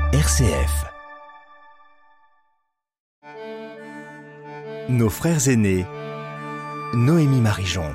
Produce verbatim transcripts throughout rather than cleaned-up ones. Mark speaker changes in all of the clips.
Speaker 1: R C F. Nos frères aînés, Noémie Marijon.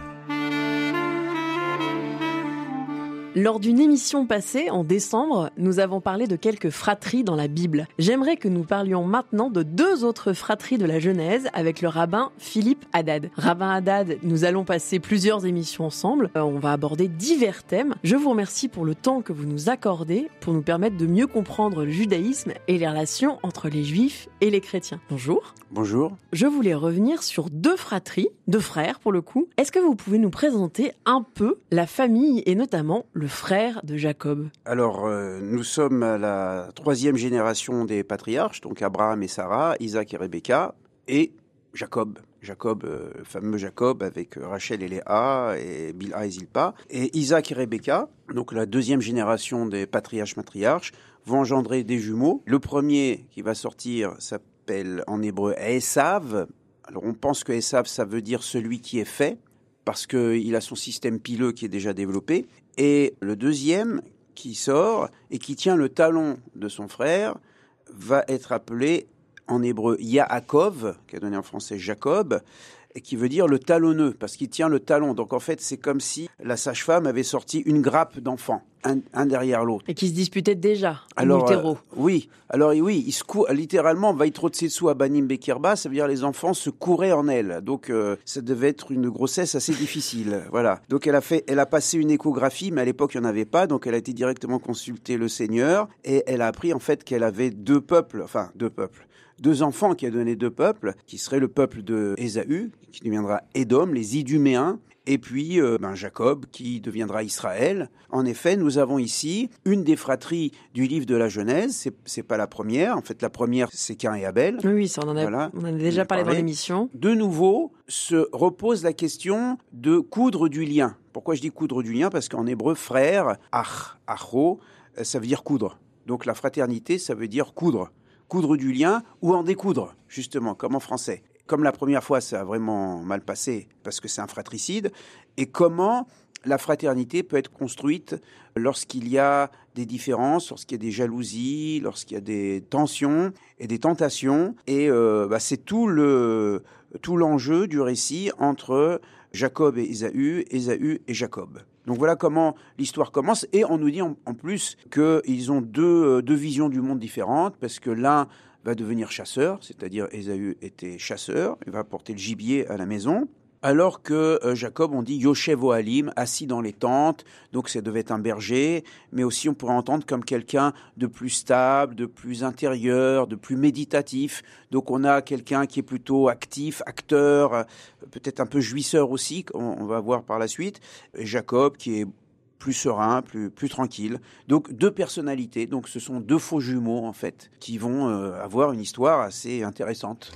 Speaker 2: Lors d'une émission passée, en décembre, nous avons parlé de quelques fratries dans la Bible. J'aimerais que nous parlions maintenant de deux autres fratries de la Genèse avec le rabbin Philippe Haddad. Rabbin Haddad, nous allons passer plusieurs émissions ensemble. Euh, on va aborder divers thèmes. Je vous remercie pour le temps que vous nous accordez pour nous permettre de mieux comprendre le judaïsme et les relations entre les juifs et les chrétiens. Bonjour.
Speaker 3: Bonjour.
Speaker 2: Je voulais revenir sur deux fratries, deux frères pour le coup. Est-ce que vous pouvez nous présenter un peu la famille et notamment le frère de Jacob?
Speaker 3: Alors, euh, nous sommes à la troisième génération des patriarches, donc Abraham et Sarah, Isaac et Rebecca, et Jacob. Jacob, euh, le fameux Jacob avec Rachel et Léa, et Bilha et Zilpa. Et Isaac et Rebecca, donc la deuxième génération des patriarches-matriarches, vont engendrer des jumeaux. Le premier qui va sortir s'appelle en hébreu Esav. Alors, on pense que Esav, ça veut dire celui qui est fait, parce qu'il a son système pileux qui est déjà développé. Et le deuxième qui sort et qui tient le talon de son frère va être appelé en hébreu Yaakov, qui a donné en français Jacob, et qui veut dire le talonneux, parce qu'il tient le talon. Donc en fait, c'est comme si la sage-femme avait sorti une grappe d'enfants, un, un derrière l'autre.
Speaker 2: Et qui se disputaient déjà,
Speaker 3: alors,
Speaker 2: euh,
Speaker 3: oui, alors oui, il se cou- littéralement, Vaïtrotsetsu Abanim Bekirba, ça veut dire les enfants se couraient en elle. Donc euh, ça devait être une grossesse assez difficile. Voilà. Donc elle a fait, elle a passé une échographie, mais à l'époque il n'y en avait pas, donc elle a été directement consulter le Seigneur et elle a appris en fait qu'elle avait deux peuples, enfin deux peuples. Deux enfants qui a donné deux peuples, qui seraient le peuple de Ésaü, qui deviendra Édom, les Iduméens, et puis euh, ben, Jacob, qui deviendra Israël. En effet, nous avons ici une des fratries du livre de la Genèse. C'est, c'est pas la première. En fait, la première, c'est Caïn et Abel.
Speaker 2: Oui, ça, on en a,
Speaker 3: voilà.
Speaker 2: on en a déjà parlé, parlé dans l'émission.
Speaker 3: De nouveau, se repose la question de coudre du lien. Pourquoi je dis coudre du lien? Parce qu'en hébreu, frère, ach, acho, ça veut dire coudre. Donc la fraternité, ça veut dire coudre. Coudre du lien ou en découdre, justement, comme en français. Comme la première fois, ça a vraiment mal passé parce que c'est un fratricide. Et comment la fraternité peut être construite lorsqu'il y a des différences, lorsqu'il y a des jalousies, lorsqu'il y a des tensions et des tentations. Et euh, bah, c'est tout, le, tout l'enjeu du récit entre Jacob et Ésaü, Ésaü et Jacob. Donc voilà comment l'histoire commence, et on nous dit en, en plus qu'ils ont deux, deux visions du monde différentes, parce que l'un va devenir chasseur, c'est-à-dire Ésaü était chasseur, il va apporter le gibier à la maison, alors que euh, Jacob, on dit Yoshev Ohalim, assis dans les tentes, donc ça devait être un berger, mais aussi on pourrait entendre comme quelqu'un de plus stable, de plus intérieur, de plus méditatif. Donc on a quelqu'un qui est plutôt actif, acteur, euh, peut-être un peu jouisseur aussi, on, on va voir par la suite. Et Jacob qui est plus serein, plus, plus tranquille. Donc deux personnalités, donc ce sont deux faux jumeaux en fait, qui vont euh, avoir une histoire assez intéressante.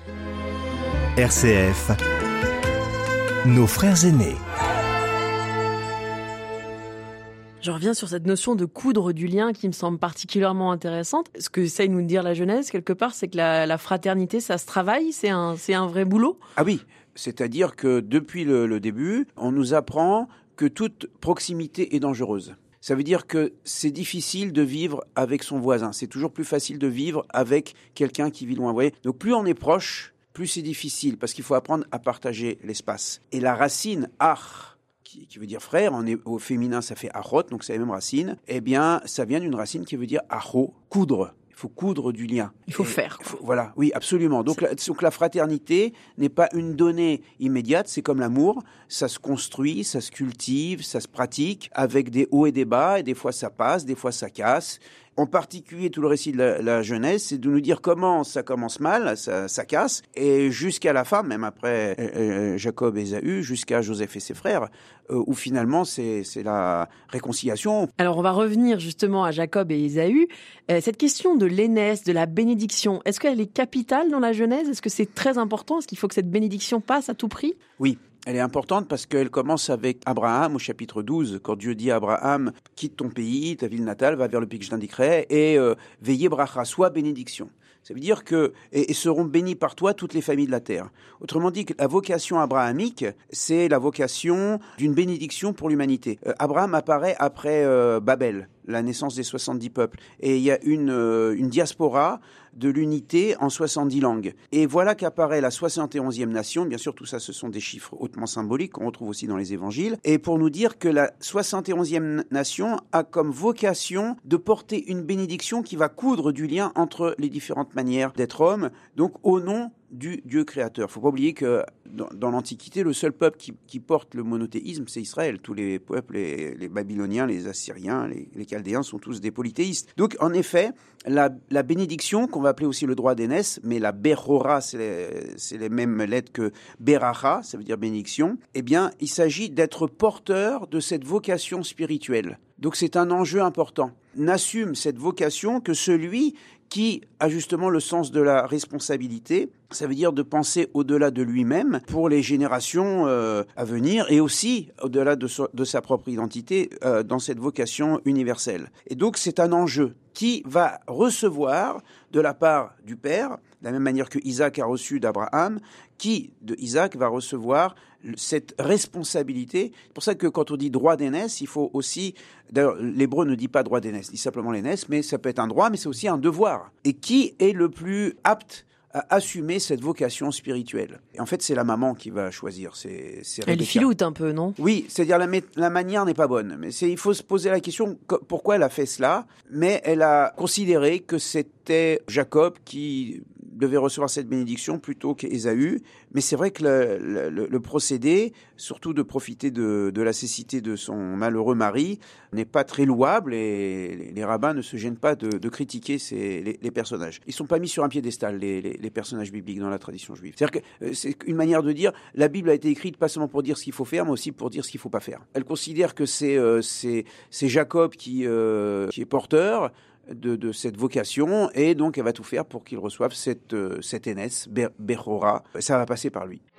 Speaker 1: R C F. Nos frères aînés.
Speaker 2: Je reviens sur cette notion de coudre du lien qui me semble particulièrement intéressante. Ce que essaye nous dire la Genèse, quelque part, c'est que la, la fraternité, ça se travaille, c'est un, c'est un vrai boulot.
Speaker 3: Ah oui, c'est-à-dire que depuis le, le début, on nous apprend que toute proximité est dangereuse. Ça veut dire que c'est difficile de vivre avec son voisin. C'est toujours plus facile de vivre avec quelqu'un qui vit loin. Vous voyez ? Donc plus on est proche, plus c'est difficile, parce qu'il faut apprendre à partager l'espace. Et la racine « ach », qui, qui veut dire frère, en, au féminin ça fait « achot », donc c'est la même racine, eh bien ça vient d'une racine qui veut dire « acho », coudre. Il faut coudre du lien.
Speaker 2: Il faut
Speaker 3: Et,
Speaker 2: faire.
Speaker 3: Faut, voilà, oui, absolument. Donc la, donc la fraternité n'est pas une donnée immédiate, c'est comme l'amour. Ça se construit, ça se cultive, ça se pratique avec des hauts et des bas, et des fois ça passe, des fois ça casse. En particulier, tout le récit de la, la Genèse, c'est de nous dire comment ça commence mal, ça, ça casse, et jusqu'à la fin, même après euh, Jacob et Ésaü, jusqu'à Joseph et ses frères, euh, où finalement c'est, c'est la réconciliation.
Speaker 2: Alors on va revenir justement à Jacob et Ésaü. Euh, cette question de l'aînesse, de la bénédiction, est-ce qu'elle est capitale dans la Genèse? Est-ce que c'est très important? Est-ce qu'il faut que cette bénédiction passe à tout prix?
Speaker 3: Oui. Elle est importante parce qu'elle commence avec Abraham au chapitre douze, quand Dieu dit à Abraham, quitte ton pays, ta ville natale, va vers le pays que je t'indiquerai, et euh, veillez bracha, sois bénédiction. Ça veut dire que, et, et seront bénies par toi toutes les familles de la terre. Autrement dit, que la vocation abrahamique, c'est la vocation d'une bénédiction pour l'humanité. Euh, Abraham apparaît après euh, Babel, la naissance des soixante-dix peuples. Et il y a une, euh, une diaspora de l'unité en soixante-dix langues. Et voilà qu'apparaît la soixante et onzième nation. Bien sûr, tout ça, ce sont des chiffres hautement symboliques qu'on retrouve aussi dans les évangiles. Et pour nous dire que la soixante et onzième nation a comme vocation de porter une bénédiction qui va coudre du lien entre les différentes manières d'être homme, donc au nom du Dieu créateur. Il ne faut pas oublier que dans, dans l'Antiquité, le seul peuple qui, qui porte le monothéisme, c'est Israël. Tous les peuples, les, les Babyloniens, les Assyriens, les, les Chaldéens sont tous des polythéistes. Donc, en effet, la, la bénédiction, qu'on va appeler aussi le droit d'aînesse, mais la Bechora, c'est les, c'est les mêmes lettres que Beracha, ça veut dire bénédiction, eh bien, il s'agit d'être porteur de cette vocation spirituelle. Donc, c'est un enjeu important. N'assume cette vocation que celui qui a justement le sens de la responsabilité, ça veut dire de penser au-delà de lui-même pour les générations euh, à venir et aussi au-delà de, so- de sa propre identité euh, dans cette vocation universelle. Et donc c'est un enjeu qui va recevoir de la part du Père, de la même manière que Isaac a reçu d'Abraham, qui de Isaac va recevoir cette responsabilité. C'est pour ça que quand on dit droit d'aînesse, il faut aussi... D'ailleurs, l'hébreu ne dit pas droit d'aînesse, il dit simplement l'aînesse, mais ça peut être un droit, mais c'est aussi un devoir. Et qui est le plus apte à assumer cette vocation spirituelle? Et en fait, c'est la maman qui va choisir. C'est, c'est
Speaker 2: Elle filoute un peu, non?
Speaker 3: Oui, c'est-à-dire la, la manière n'est pas bonne. Mais c'est, il faut se poser la question pourquoi elle a fait cela. Mais elle a considéré que c'était Jacob qui devait recevoir cette bénédiction plutôt qu'Ésaü. Mais c'est vrai que le, le, le procédé, surtout de profiter de, de la cécité de son malheureux mari, n'est pas très louable et les, les rabbins ne se gênent pas de, de critiquer ces, les, les personnages. Ils ne sont pas mis sur un piédestal, les, les, les personnages bibliques dans la tradition juive. C'est-à-dire que euh, c'est une manière de dire, la Bible a été écrite pas seulement pour dire ce qu'il faut faire, mais aussi pour dire ce qu'il ne faut pas faire. Elle considère que c'est, euh, c'est, c'est Jacob qui, euh, qui est porteur De, de cette vocation, et donc elle va tout faire pour qu'il reçoive cette, euh, cette aînesse, Bechora. Ça va passer par lui.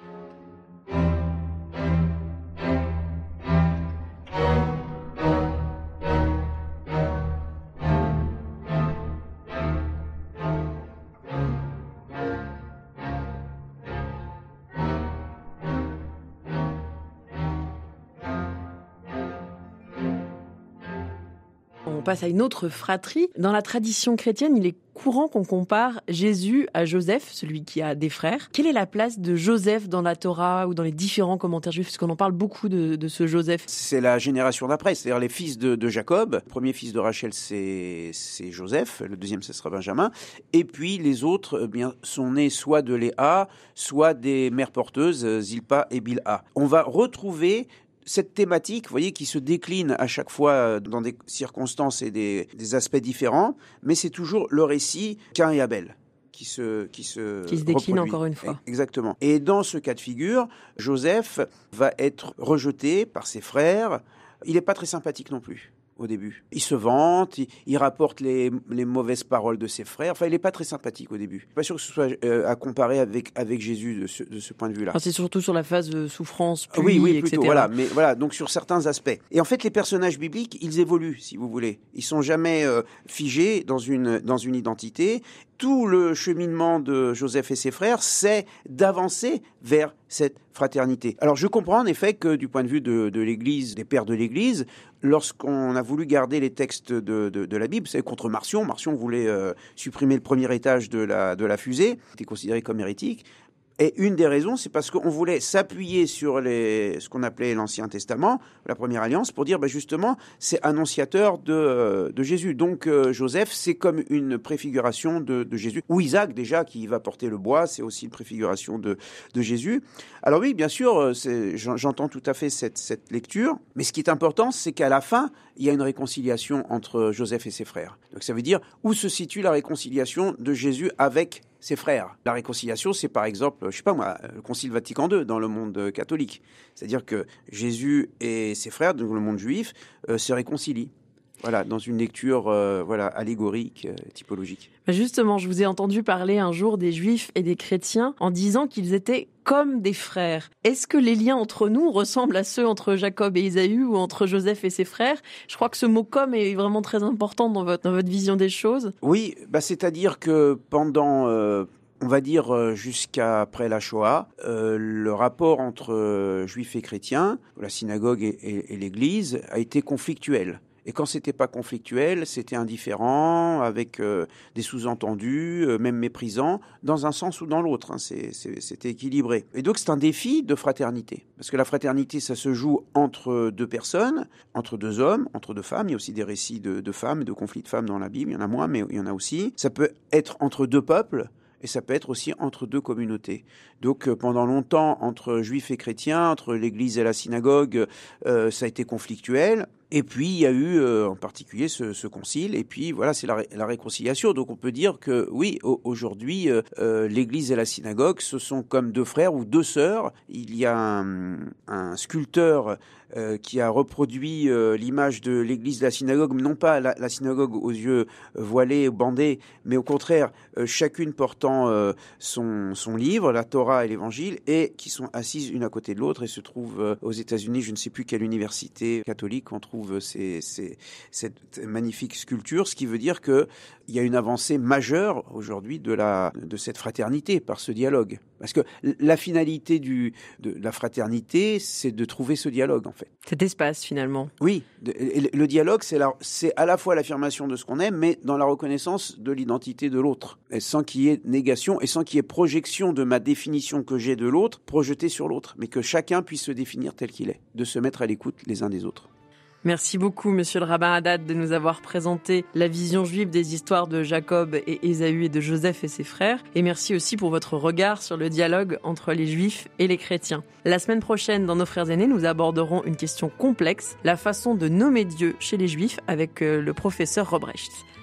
Speaker 2: On passe à une autre fratrie. Dans la tradition chrétienne, il est courant qu'on compare Jésus à Joseph, celui qui a des frères. Quelle est la place de Joseph dans la Torah ou dans les différents commentaires juifs? Parce qu'on en parle beaucoup de, de ce Joseph.
Speaker 3: C'est la génération d'après, c'est-à-dire les fils de, de Jacob. Le premier fils de Rachel, c'est, c'est Joseph. Le deuxième, ce sera Benjamin. Et puis les autres eh bien, sont nés soit de Léa, soit des mères porteuses, Zilpa et Bilha. On va retrouver cette thématique, vous voyez, qui se décline à chaque fois dans des circonstances et des, des aspects différents, mais c'est toujours le récit Caïn et Abel qui se qui se,
Speaker 2: qui se décline
Speaker 3: reproduit.
Speaker 2: Encore une fois.
Speaker 3: Exactement. Et dans ce cas de figure, Joseph va être rejeté par ses frères. Il n'est pas très sympathique non plus au début. Il se vante, il, il rapporte les, les mauvaises paroles de ses frères. Enfin, il n'est pas très sympathique au début. Je ne suis pas sûr que ce soit euh, à comparer avec, avec Jésus de ce, de ce point de vue-là.
Speaker 2: Enfin, c'est surtout sur la phase de souffrance, pluie,
Speaker 3: oui, oui,
Speaker 2: et
Speaker 3: plutôt,
Speaker 2: cetera.
Speaker 3: Voilà, mais voilà, donc sur certains aspects. Et en fait, les personnages bibliques, ils évoluent, si vous voulez. Ils sont jamais euh, figés dans une, dans une identité. Tout le cheminement de Joseph et ses frères, c'est d'avancer vers cette fraternité. Alors, je comprends en effet que du point de vue de, de l'Église, des pères de l'Église, lorsqu'on a voulu garder les textes de, de, de la Bible, c'est contre Marcion. Marcion voulait euh, supprimer le premier étage de la, de la fusée, c'était considéré comme hérétique. Et une des raisons, c'est parce qu'on voulait s'appuyer sur les, ce qu'on appelait l'Ancien Testament, la Première Alliance, pour dire, ben justement, c'est annonciateur de, de Jésus. Donc, euh, Joseph, c'est comme une préfiguration de, de Jésus. Ou Isaac, déjà, qui va porter le bois, c'est aussi une préfiguration de, de Jésus. Alors oui, bien sûr, c'est, j'entends tout à fait cette, cette lecture. Mais ce qui est important, c'est qu'à la fin, il y a une réconciliation entre Joseph et ses frères. Donc, ça veut dire où se situe la réconciliation de Jésus avec ses frères. La réconciliation, c'est par exemple, je sais pas moi, le Concile Vatican deux dans le monde catholique. C'est-à-dire que Jésus et ses frères, dans le monde juif, euh, se réconcilient. Voilà, dans une lecture euh, voilà, allégorique, euh, typologique.
Speaker 2: Justement, je vous ai entendu parler un jour des Juifs et des chrétiens en disant qu'ils étaient comme des frères. Est-ce que les liens entre nous ressemblent à ceux entre Jacob et Ésaü ou entre Joseph et ses frères? Je crois que ce mot « comme » est vraiment très important dans votre, dans votre vision des choses.
Speaker 3: Oui, bah c'est-à-dire que pendant... Euh On va dire jusqu'après la Shoah, euh, le rapport entre euh, juifs et chrétiens, la synagogue et, et, et l'église, a été conflictuel. Et quand c'était pas conflictuel, c'était indifférent, avec euh, des sous-entendus, euh, même méprisants, dans un sens ou dans l'autre. Hein. C'est, c'est, c'était équilibré. Et donc c'est un défi de fraternité. Parce que la fraternité, ça se joue entre deux personnes, entre deux hommes, entre deux femmes. Il y a aussi des récits de, de femmes et de conflits de femmes dans la Bible. Il y en a moins, mais il y en a aussi. Ça peut être entre deux peuples. Et ça peut être aussi entre deux communautés. Donc euh, pendant longtemps, entre juifs et chrétiens, entre l'église et la synagogue, euh, ça a été conflictuel. Et puis il y a eu euh, en particulier ce, ce concile. Et puis voilà, c'est la, ré- la réconciliation. Donc on peut dire que oui, au- aujourd'hui, euh, euh, l'église et la synagogue, ce sont comme deux frères ou deux sœurs. Il y a un, un sculpteur euh, qui a reproduit euh, l'image de l'église de la synagogue, mais non pas la, la synagogue aux yeux voilés, bandés, mais au contraire, euh, chacune portant euh, son, son livre, la Torah et l'Évangile, et qui sont assises une à côté de l'autre et se trouvent euh, aux États-Unis, je ne sais plus quelle université catholique, on trouve ces, ces, cette magnifique sculpture, ce qui veut dire qu'il y a une avancée majeure aujourd'hui de, la, de cette fraternité par ce dialogue. Parce que la finalité du, de la fraternité, c'est de trouver ce dialogue, en fait.
Speaker 2: Cet espace, finalement.
Speaker 3: Oui, de, le dialogue, c'est, la, c'est à la fois l'affirmation de ce qu'on aime, mais dans la reconnaissance de l'identité de l'autre. Et sans qu'il y ait négation et sans qu'il y ait projection de ma définition que j'ai de l'autre, projetée sur l'autre. Mais que chacun puisse se définir tel qu'il est, de se mettre à l'écoute les uns des autres.
Speaker 2: Merci beaucoup, monsieur le rabbin Haddad, de nous avoir présenté la vision juive des histoires de Jacob et Ésaü et de Joseph et ses frères. Et merci aussi pour votre regard sur le dialogue entre les juifs et les chrétiens. La semaine prochaine, dans Nos frères aînés, nous aborderons une question complexe, la façon de nommer Dieu chez les juifs avec le professeur Robrecht.